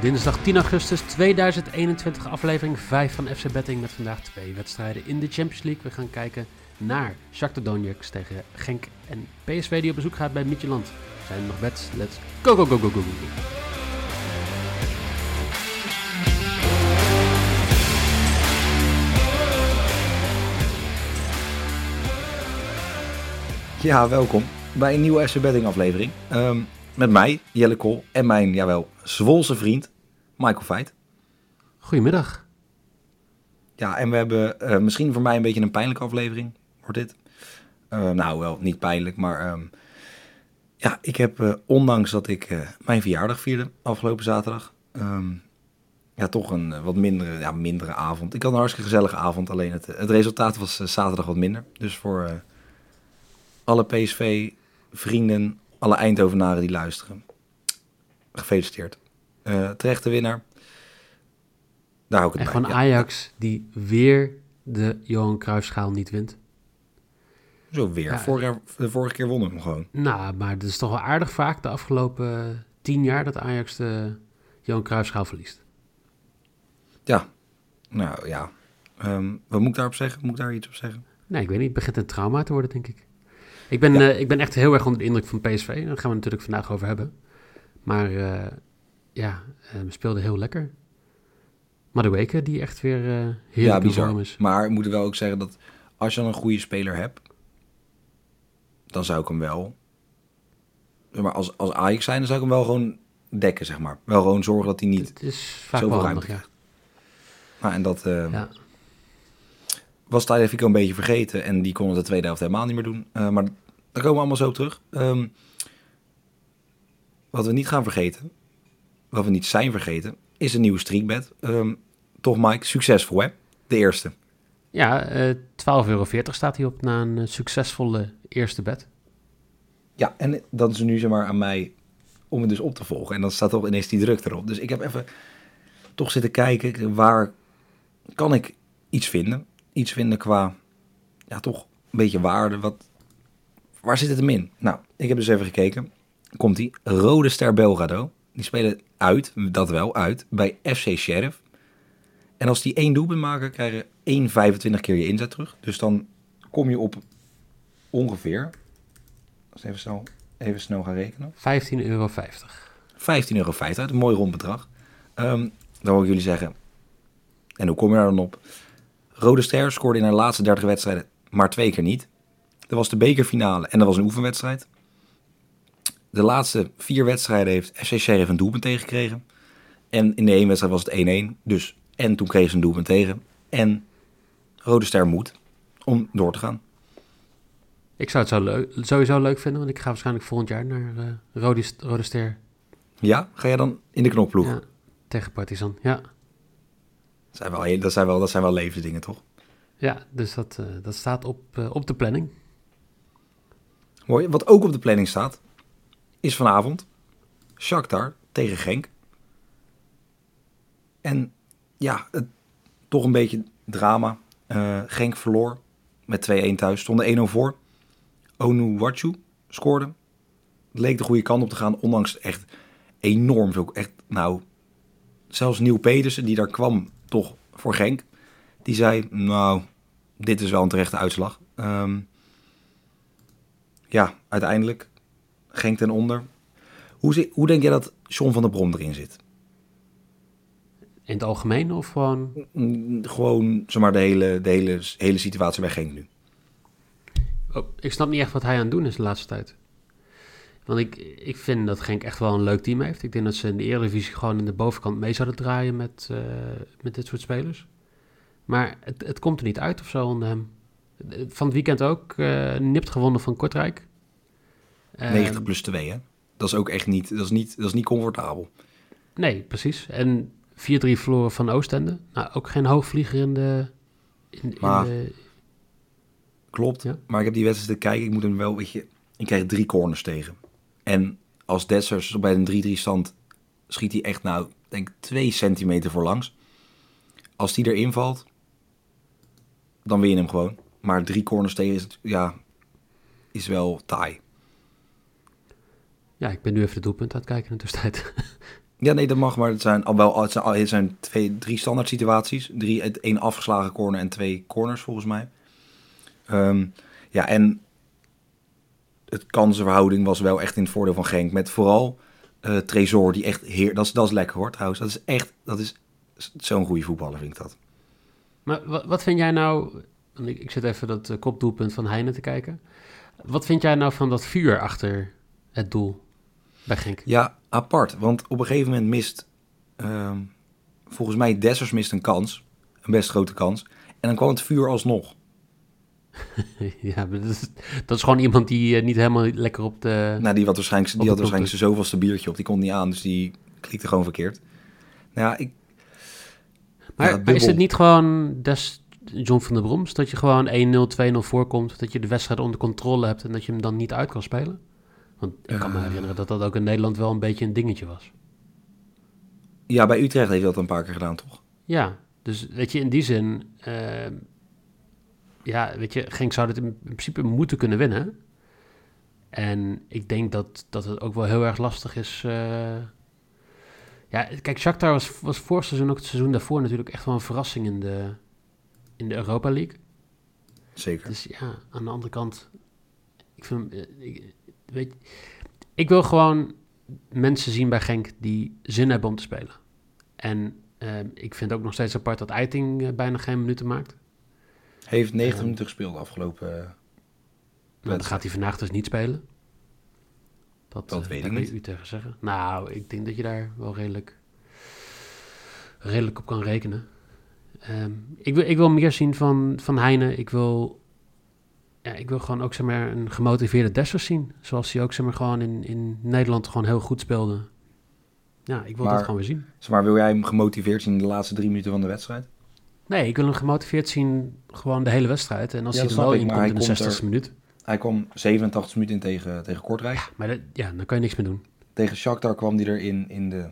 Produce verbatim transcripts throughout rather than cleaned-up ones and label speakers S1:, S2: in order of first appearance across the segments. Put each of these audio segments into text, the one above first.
S1: Dinsdag tien augustus tweeduizend eenentwintig, aflevering vijf van F C Betting met vandaag twee wedstrijden in de Champions League. We gaan kijken naar Shakhtar Donetsk tegen Genk en P S V die op bezoek gaat bij Midtjylland. Zijn er nog bets? Let's go, go, go, go, go, go.
S2: Ja, welkom bij een nieuwe F C Betting aflevering. Um, met mij, Jelle Kool, en mijn, jawel, Zwolse vriend, Michael Veit.
S1: Goedemiddag.
S2: Ja, en we hebben uh, misschien voor mij een beetje een pijnlijke aflevering, wordt dit. Uh, nou, wel niet pijnlijk, maar um, ja, ik heb, uh, ondanks dat ik uh, mijn verjaardag vierde afgelopen zaterdag, um, ja, toch een uh, wat mindere, ja, mindere avond. Ik had een hartstikke gezellige avond, alleen het, het resultaat was uh, zaterdag wat minder. Dus voor uh, alle P S V-vrienden, alle Eindhovenaren die luisteren, gefeliciteerd. Uh, terechte winnaar. Daar hou ik het
S1: en
S2: bij.
S1: gewoon
S2: Ja.
S1: Ajax die weer de Johan Cruijffschaal niet wint.
S2: Zo weer.
S1: Ja.
S2: Vorig jaar, de vorige keer wonnen we hem gewoon.
S1: Nou, maar het is toch wel aardig vaak de afgelopen tien jaar dat Ajax de Johan Cruijffschaal verliest.
S2: Ja. Nou ja. Um, wat moet ik daarop zeggen? Moet ik daar iets op zeggen?
S1: Nee, ik weet niet. Het begint een trauma te worden, denk ik. Ik ben,
S2: Ja.
S1: uh, ik ben echt heel erg onder de indruk van P S V. Daar gaan we het natuurlijk vandaag over hebben. Maar uh, ja, uh, we speelden heel lekker. Madueke, die echt weer uh, heerlijk
S2: Ja,
S1: in
S2: bizar.
S1: vorm is.
S2: Maar ik moet wel ook zeggen dat als je dan een goede speler hebt, dan zou ik hem wel... Maar als, als Ajax zijn, dan zou ik hem wel gewoon dekken, zeg maar. Wel gewoon zorgen dat hij niet
S1: Het is vaak
S2: zoveel
S1: wel
S2: ruimte
S1: handig, ja.
S2: krijgt. Nou, en dat uh,
S1: ja.
S2: was Tagliafico een beetje vergeten. En die kon het de tweede helft helemaal niet meer doen. Uh, maar daar komen we allemaal zo op terug. Um, wat we niet gaan vergeten, wat we niet zijn vergeten, is een nieuwe streakbet. Um, toch, Mike, succesvol, hè? De eerste.
S1: Ja, uh, twaalf euro veertig staat hij op na een uh, succesvolle eerste bet.
S2: Ja, en dan is het nu zeg maar aan mij om het dus op te volgen. En dan staat toch ineens die druk erop. Dus ik heb even toch zitten kijken, waar kan ik iets vinden? Iets vinden qua, ja, toch een beetje waarde. Wat, waar zit het hem in? Nou, ik heb dus even gekeken. Komt-ie. Rode Ster Belgrado. Die spelen uit, dat wel, uit, bij F C Sheriff. En als die één doelpunt maken, krijg je één komma vijfentwintig keer je inzet terug. Dus dan kom je op ongeveer, als even snel, even snel gaan rekenen,
S1: vijftien euro vijftig.
S2: vijftien euro vijftig, een mooi rond bedrag. Um, dan wil ik jullie zeggen, en hoe kom je daar dan op? Rode Ster scoorde in haar laatste dertig wedstrijden maar twee keer niet. Dat was de bekerfinale en dat was een oefenwedstrijd. De laatste vier wedstrijden heeft F C Sheriff een doelpunt tegengekregen. En in de één wedstrijd was het één-één. Dus en toen kreeg ze een doelpunt tegen. En Rode Ster moet om door te gaan.
S1: Ik zou het zo leuk, sowieso leuk vinden, want ik ga waarschijnlijk volgend jaar naar uh, Rode, Rode Ster.
S2: Ja, ga jij dan in de knokploeg?
S1: Ja, tegen Partizan, ja.
S2: Dat zijn wel, dat zijn wel, dat zijn wel levensdingen, toch?
S1: Ja, dus dat, uh, dat staat op, uh, op de planning.
S2: Mooi. Wat ook op de planning staat, is vanavond Shakhtar tegen Genk. En ja, het, toch een beetje drama. Uh, Genk verloor met twee-één thuis. Stonden één-nul voor. Onuwachu scoorde. Het leek de goede kant op te gaan, ondanks echt enorm veel. Echt, nou, zelfs Nieuw Pedersen, die daar kwam toch voor Genk, die zei, nou, dit is wel een terechte uitslag. Um, ja, uiteindelijk Genk ten onder. Hoe, zie, hoe denk jij dat John van der Brom erin zit?
S1: In het algemeen of gewoon?
S2: Gewoon, zomaar de hele, de hele, hele situatie bij Genk nu.
S1: Oh, ik snap niet echt wat hij aan het doen is de laatste tijd. Want ik, ik vind dat Genk echt wel een leuk team heeft. Ik denk dat ze in de Eredivisie gewoon in de bovenkant mee zouden draaien met, uh, met dit soort spelers. Maar het, het komt er niet uit of zo onder hem. Van het weekend ook uh, nipt gewonnen van Kortrijk.
S2: Uh, negentig plus twee, hè? Dat is ook echt niet, dat is niet, dat is niet comfortabel.
S1: Nee, precies. En vier drie verloren van Oostende. Nou, ook geen hoogvlieger in de... In,
S2: maar,
S1: in de...
S2: Klopt, ja? Maar ik heb die wedstrijd te kijken. Ik moet hem wel, weet je... Ik krijg drie corners tegen. En als Dessers bij een drie drie stand schiet hij echt, nou, denk ik, twee centimeter voorlangs. Als die erin valt, dan win je hem gewoon. Maar drie corners tegen is, ja, is wel taai.
S1: Ja, ik ben nu even de doelpunt aan het kijken in de tussentijd.
S2: Ja, nee, dat mag, maar het zijn al wel het zijn, al- het zijn twee, drie standaard situaties. Drie, het- één afgeslagen corner en twee corners volgens mij. Ehm, ja, en het kansenverhouding was wel echt in het voordeel van Genk. Met vooral eh Tresor, die echt heer... Dat is, dat is lekker hoor, trouwens. Dat is echt... Dat is zo'n goede voetballer, vind ik dat.
S1: Maar wat, wat vind jij nou... want Ik, ik zit even dat uh, kopdoelpunt van Heine te kijken. Wat vind jij nou van dat vuur achter het doel bij Genk?
S2: Ja, apart. Want op een gegeven moment mist... ehm, volgens mij Dessers mist een kans. Een best grote kans. En dan kwam het vuur alsnog.
S1: Ja, maar dat is, dat is gewoon iemand die uh, niet helemaal lekker op de...
S2: Nou, die had waarschijnlijk,
S1: Op
S2: die
S1: de
S2: had waarschijnlijk
S1: knop
S2: zijn zoveelste biertje op. Die kon niet aan, dus die klikte gewoon verkeerd. Nou ja, ik...
S1: Maar,
S2: ja,
S1: maar is
S2: dubbel.
S1: het niet gewoon des John van der Broms dat je gewoon één nul, twee nul voorkomt, dat je de wedstrijd onder controle hebt en dat je hem dan niet uit kan spelen? Want ik kan me
S2: Uh,
S1: herinneren dat dat ook in Nederland wel een beetje een dingetje was.
S2: Ja, bij Utrecht heeft hij dat een paar keer gedaan, toch?
S1: Ja, dus weet je, in die zin, uh, ja, weet je, Genk zou dit in principe moeten kunnen winnen. En ik denk dat, dat het ook wel heel erg lastig is. Uh, ja, kijk, Shakhtar was, was vorig seizoen, ook het seizoen daarvoor natuurlijk echt wel een verrassing in de, in de Europa League.
S2: Zeker.
S1: Dus ja, aan de andere kant, ik vind, ik, weet, ik wil gewoon mensen zien bij Genk die zin hebben om te spelen. En uh, ik vind ook nog steeds apart dat Eiting uh, bijna geen minuten maakt.
S2: Hij heeft negentig
S1: um,
S2: minuten gespeeld afgelopen... Uh,
S1: nou, dan gaat hij vandaag dus niet spelen. Dat,
S2: dat
S1: uh,
S2: weet
S1: daar
S2: ik
S1: kan
S2: niet.
S1: je u tegen zeggen. Nou, ik denk dat je daar wel redelijk, redelijk op kan rekenen. Um, ik, wil, ik wil meer zien van, van Heine. Ik wil, ja, ik wil gewoon ook zeg maar, een gemotiveerde Dessers zien. Zoals hij ook zeg maar, gewoon in, in Nederland gewoon heel goed speelde. Ja, ik wil
S2: maar,
S1: dat gewoon weer zien.
S2: Zeg maar, wil jij hem gemotiveerd zien in de laatste drie minuten van de wedstrijd?
S1: Nee, ik wil hem gemotiveerd zien gewoon de hele wedstrijd. En als
S2: Ja,
S1: hij
S2: dat
S1: er wel
S2: snap ik,
S1: in
S2: maar
S1: komt
S2: hij
S1: in de
S2: komt
S1: zestigste
S2: er-
S1: minuut.
S2: Hij kwam zevenentachtig minuten in tegen, tegen Kortrijk.
S1: Ja, maar dat, ja, dan kan je niks meer doen.
S2: Tegen Shakhtar kwam hij erin in de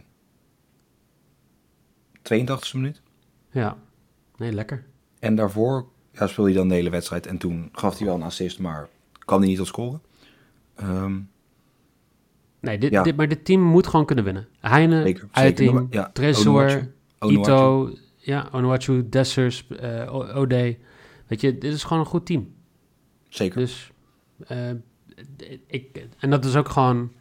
S2: tweeëntachtigste minuut.
S1: Ja, nee, lekker.
S2: En daarvoor ja, speelde hij dan de hele wedstrijd. En toen gaf hij wel een assist, maar kwam hij niet tot scoren. Ehm,
S1: Nee, dit,
S2: Ja.
S1: dit, maar dit team moet gewoon kunnen winnen. Heine,
S2: Zeker, zeker.
S1: Eiting,
S2: Ja,
S1: Tresor,
S2: Onuachu, Onuachu.
S1: Ito, ja, Onuachu, Dessers, uh, Ode. Weet je, dit is gewoon een goed team.
S2: Zeker.
S1: Dus, uh, ik, en dat is ook gewoon...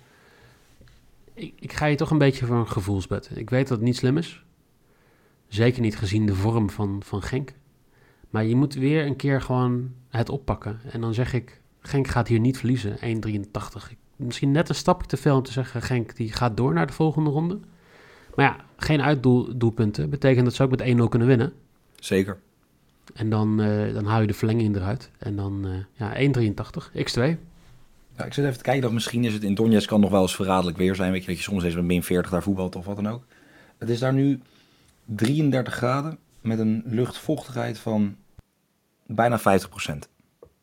S1: Ik, ik ga je toch een beetje voor een gevoelsbed. Ik weet dat het niet slim is. Zeker niet gezien de vorm van, van Genk. Maar je moet weer een keer gewoon het oppakken. En dan zeg ik, Genk gaat hier niet verliezen, één drieëntachtig. Misschien net een stapje te veel om te zeggen, Genk die gaat door naar de volgende ronde. Maar ja, geen uitdoelpunten. Betekent dat ze ook met één nul kunnen winnen.
S2: Zeker.
S1: En dan, uh, dan haal je de verlenging eruit. En dan uh, ja, één drieëntachtig, x twee.
S2: Ja, ik zit even te kijken, dat misschien is het in Donetsk kan nog wel eens verraderlijk weer zijn. Weet je, dat je soms eens met min veertig daar voetbalt of wat dan ook. Het is daar nu drieëndertig graden met een luchtvochtigheid van bijna vijftig procent.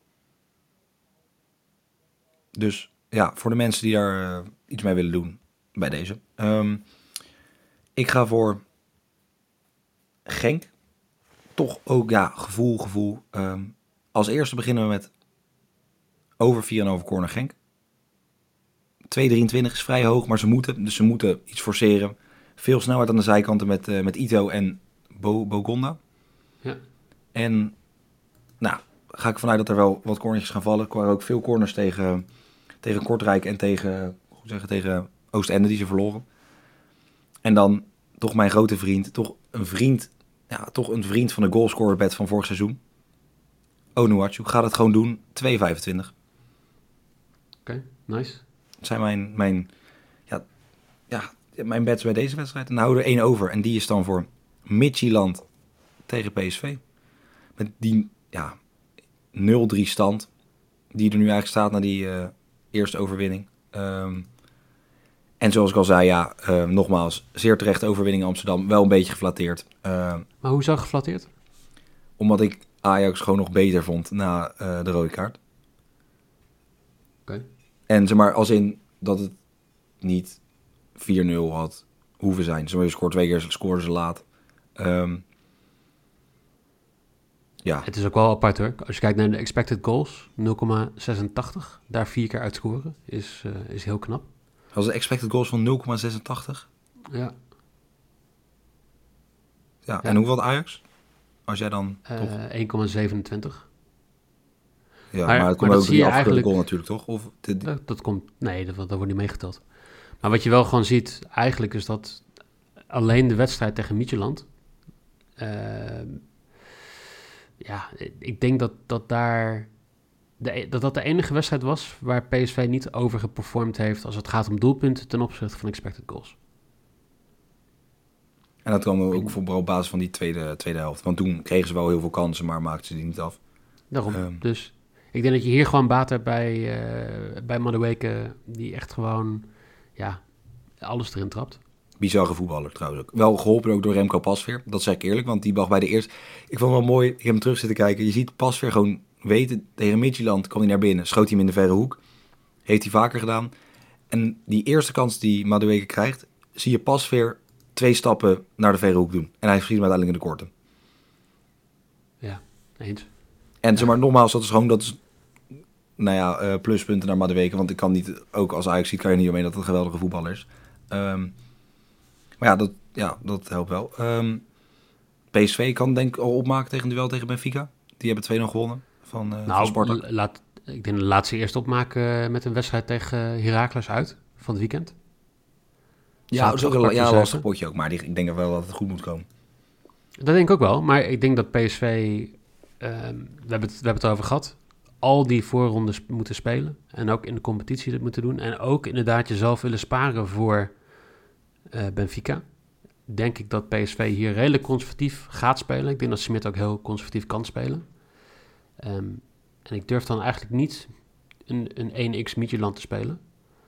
S2: Dus ja, voor de mensen die daar uh, iets mee willen doen bij deze. Um, ik ga voor Genk. Toch ook, ja, gevoel, gevoel. Um, als eerste beginnen we met over vier en over corner Genk. twee drieëntwintig is vrij hoog, maar ze moeten. Dus ze moeten iets forceren. Veel snelheid aan de zijkanten met, uh, met Ito en Bo, Bogonda.
S1: Ja.
S2: En nou, ga ik vanuit dat er wel wat cornertjes gaan vallen. Er waren ook veel corners tegen, tegen Kortrijk en tegen, hoe zeggen, tegen Oostende die ze verloren. En dan toch mijn grote vriend, toch een vriend, ja, toch een vriend van de goalscorerbed van vorig seizoen. Onuachu gaat het gewoon doen, twee vijfentwintig.
S1: Oké, okay, nice.
S2: Dat zijn mijn, mijn, ja, ja, mijn bets bij deze wedstrijd. En dan houden we er één over. En die is dan voor Midtjylland tegen P S V. Met die ja, nul drie stand die er nu eigenlijk staat na die uh, eerste overwinning. Um, en zoals ik al zei, ja, uh, nogmaals, zeer terecht overwinning in Amsterdam. Wel een beetje geflatteerd. Uh,
S1: maar hoezo geflatteerd?
S2: Omdat ik Ajax gewoon nog beter vond na uh, de rode kaart.
S1: Oké. Okay.
S2: En zeg maar, als in dat het niet vier nul had hoeven zijn. Zo scoort twee keer, scoren ze laat. Um, ja.
S1: Het is ook wel apart hoor. Als je kijkt naar de expected goals, nul komma zesentachtig. Daar vier keer uitscoren is, uh, is heel knap.
S2: Als de expected goals van nul komma zesentachtig?
S1: Ja.
S2: Ja, en hoeveel had Ajax? Als jij dan
S1: Uh,
S2: toch...
S1: één komma zevenentwintig.
S2: Ja,
S1: maar,
S2: maar het
S1: maar
S2: komt ook
S1: zie
S2: die
S1: je
S2: afgekeurde
S1: eigenlijk...
S2: goal natuurlijk, toch? Of de...
S1: dat, dat komt... Nee, dat, dat wordt niet meegeteld. Maar wat je wel gewoon ziet, eigenlijk is dat alleen de wedstrijd tegen Midtjylland... Uh, ja, ik denk dat dat daar... De, dat dat de enige wedstrijd was waar P S V niet overgeperformed heeft als het gaat om doelpunten ten opzichte van expected goals.
S2: En dat kwam ook vooral op basis van die tweede, tweede helft. Want toen kregen ze wel heel veel kansen, maar maakten ze die niet af.
S1: Daarom.
S2: Um,
S1: dus ik denk dat je hier gewoon baat hebt bij, uh, bij Madueke, die echt gewoon ja, alles erin trapt.
S2: Bizarre voetballer trouwens ook. Wel geholpen ook door Remco Pasveer. Dat zeg ik eerlijk, want die mag bij de eerste... Ik vond het wel mooi, ik heb hem terug zitten kijken. Je ziet Pasveer gewoon weten, tegen Midtjylland kwam hij naar binnen. Schoot hij hem in de verre hoek. Heeft hij vaker gedaan. En die eerste kans die Madueke krijgt, zie je Pasveer twee stappen naar de verre hoek doen. En hij schiet hem uiteindelijk in de korte.
S1: Ja, eens.
S2: En
S1: ja.
S2: zeg maar, nogmaals, dat is gewoon... Dat is, nou ja, uh, pluspunten naar Madueke. Want ik kan niet... Ook als Ajax ziet, kan je niet omheen dat het een geweldige voetballer is. Um, maar ja dat, ja, dat helpt wel. Um, P S V kan denk ik al opmaken tegen een duel tegen Benfica. Die hebben twee nul gewonnen van, uh,
S1: nou,
S2: van Spartak.
S1: Laat, ik denk de laatste eerst opmaken met een wedstrijd tegen Heracles uit van het weekend.
S2: Ja, dat is ook een ja, lastig potje ook. Maar die, ik denk wel dat het goed moet komen.
S1: Dat denk ik ook wel. Maar ik denk dat P S V... Uh, we, hebben het, we hebben het over gehad. Al die voorrondes moeten spelen. En ook in de competitie dat moeten doen. En ook inderdaad jezelf willen sparen voor uh, Benfica. Denk ik dat P S V hier redelijk conservatief gaat spelen. Ik denk dat Smit ook heel conservatief kan spelen. Um, en ik durf dan eigenlijk niet een, een één x Midtjylland te spelen.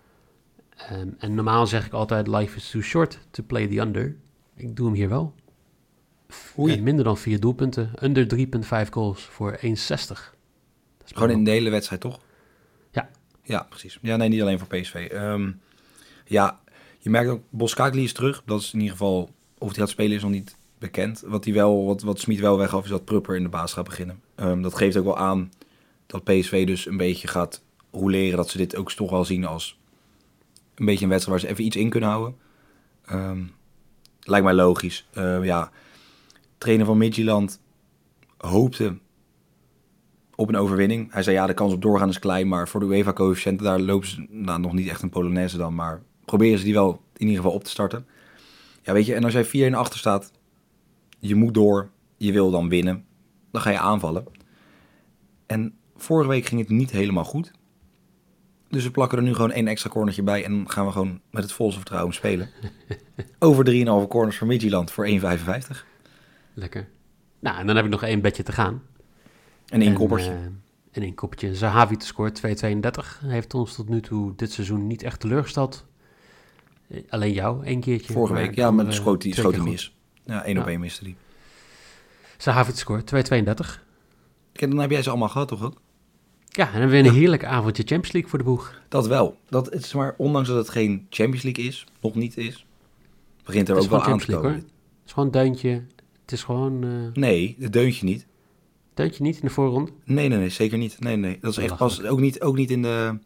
S1: Um, en normaal zeg ik altijd, life is too short to play the under. Ik doe hem hier wel. Uh, minder dan vier doelpunten. Under drie komma vijf goals voor één komma zestig.
S2: Gewoon in de hele wedstrijd, toch?
S1: Ja.
S2: Ja, precies. Ja, nee, niet alleen voor P S V. Um, ja, je merkt ook, Boskakli is terug. Dat is in ieder geval, of hij gaat spelen is nog niet bekend. Wat, hij wel, wat, wat Smit wel weggaf is dat Prupper in de baas gaat beginnen. Um, dat geeft ook wel aan dat P S V dus een beetje gaat roleren. Dat ze dit ook toch wel zien als een beetje een wedstrijd waar ze even iets in kunnen houden. Um, lijkt mij logisch. Uh, ja, trainer van Midtjylland hoopte op een overwinning. Hij zei ja, de kans op doorgaan is klein, maar voor de UEFA-coëfficiënten daar lopen ze nou, nog niet echt een Polonaise dan, maar proberen ze die wel in ieder geval op te starten. Ja, weet je, en als jij vier een achter staat, je moet door, je wil dan winnen, dan ga je aanvallen. En vorige week ging het niet helemaal goed. Dus we plakken er nu gewoon één extra cornertje bij en dan gaan we gewoon met het volste vertrouwen spelen. Over drie komma vijf corners voor Midtjylland voor één komma vijfenvijftig.
S1: Lekker. Nou, en dan heb ik nog één bedje te gaan.
S2: En één koppertje.
S1: Uh, en één koppertje. Zahavi te scoren twee komma tweeëndertig. Heeft ons tot nu toe dit seizoen niet echt teleurgesteld. Uh, alleen jou, één keertje.
S2: Vorige week, ja, maar schoot hij schoot mis. Ja, één ja. op één miste die.
S1: Zahavi te scoren, twee komma tweeëndertig.
S2: Kijk, dan heb jij ze allemaal gehad, toch ook?
S1: Ja, en dan hebben we een ja. heerlijk avondje Champions League voor de boeg.
S2: Dat wel. Dat is maar, ondanks dat het geen Champions League is, nog niet is, begint er
S1: het
S2: ook wel aan te komen.
S1: Het is gewoon een deuntje. Het is gewoon... Uh...
S2: Nee, het deuntje niet.
S1: Deuntje niet in de voorronde?
S2: Nee, nee, nee, zeker niet. Nee, nee. Dat is echt pas, ook niet, ook niet in de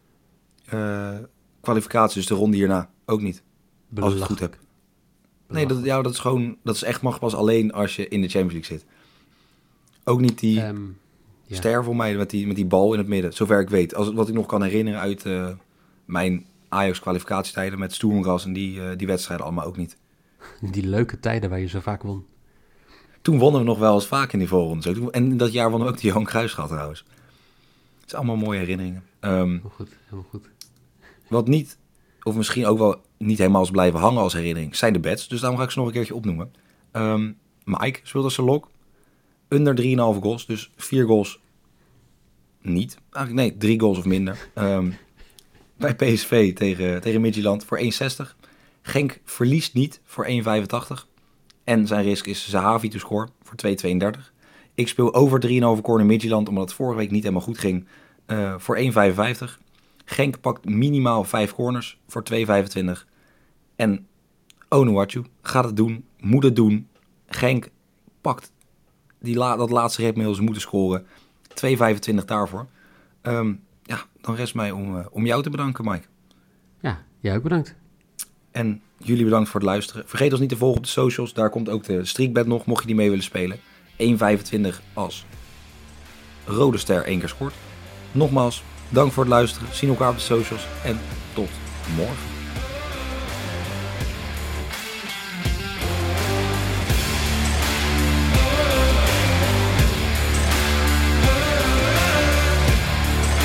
S2: uh, kwalificatie, dus de ronde hierna. Ook niet. Als ik het goed heb. Nee, dat, ja, dat is gewoon, dat is echt mag pas alleen als je in de Champions League zit. Ook niet die um, ja. ster voor mij met die, met die bal in het midden, zover ik weet. Als, wat ik nog kan herinneren uit uh, mijn Ajax-kwalificatietijden met Stoemgras en die, uh, die wedstrijden allemaal ook niet.
S1: Die leuke tijden waar je zo vaak won.
S2: Toen wonnen we nog wel eens vaak in die voorrondes. En in dat jaar wonnen we ook de Johan Cruijffschaal trouwens. Het zijn allemaal mooie herinneringen. Um,
S1: helemaal goed, helemaal goed.
S2: Wat niet, of misschien ook wel niet helemaal is blijven hangen als herinnering, zijn de bets. Dus daarom ga ik ze nog een keertje opnoemen. Um, Mike speelt als zijn lok. Under drie komma vijf goals, dus vier goals niet. Eigenlijk nee, drie goals of minder. Um, bij P S V tegen, tegen Midtjylland voor één komma zestig. Genk verliest niet voor één komma vijfentachtig. En zijn risk is Zahavi to score voor twee komma tweeëndertig. Ik speel over drie komma vijf corner Midtjylland, omdat het vorige week niet helemaal goed ging, uh, voor één komma vijfenvijftig. Genk pakt minimaal vijf corners voor twee komma vijfentwintig. En Onuachu gaat het doen, moet het doen. Genk pakt die la- dat laatste redmiddel, ze moeten scoren. twee komma vijfentwintig daarvoor. Um, ja, dan rest mij om, uh, om jou te bedanken, Mike.
S1: Ja, jij ook bedankt.
S2: En jullie bedankt voor het luisteren. Vergeet ons niet te volgen op de socials. Daar komt ook de streakbet nog, mocht je die mee willen spelen. één komma vijfentwintig als Rode Ster één keer scoort. Nogmaals, dank voor het luisteren. Zien elkaar op de socials en tot morgen.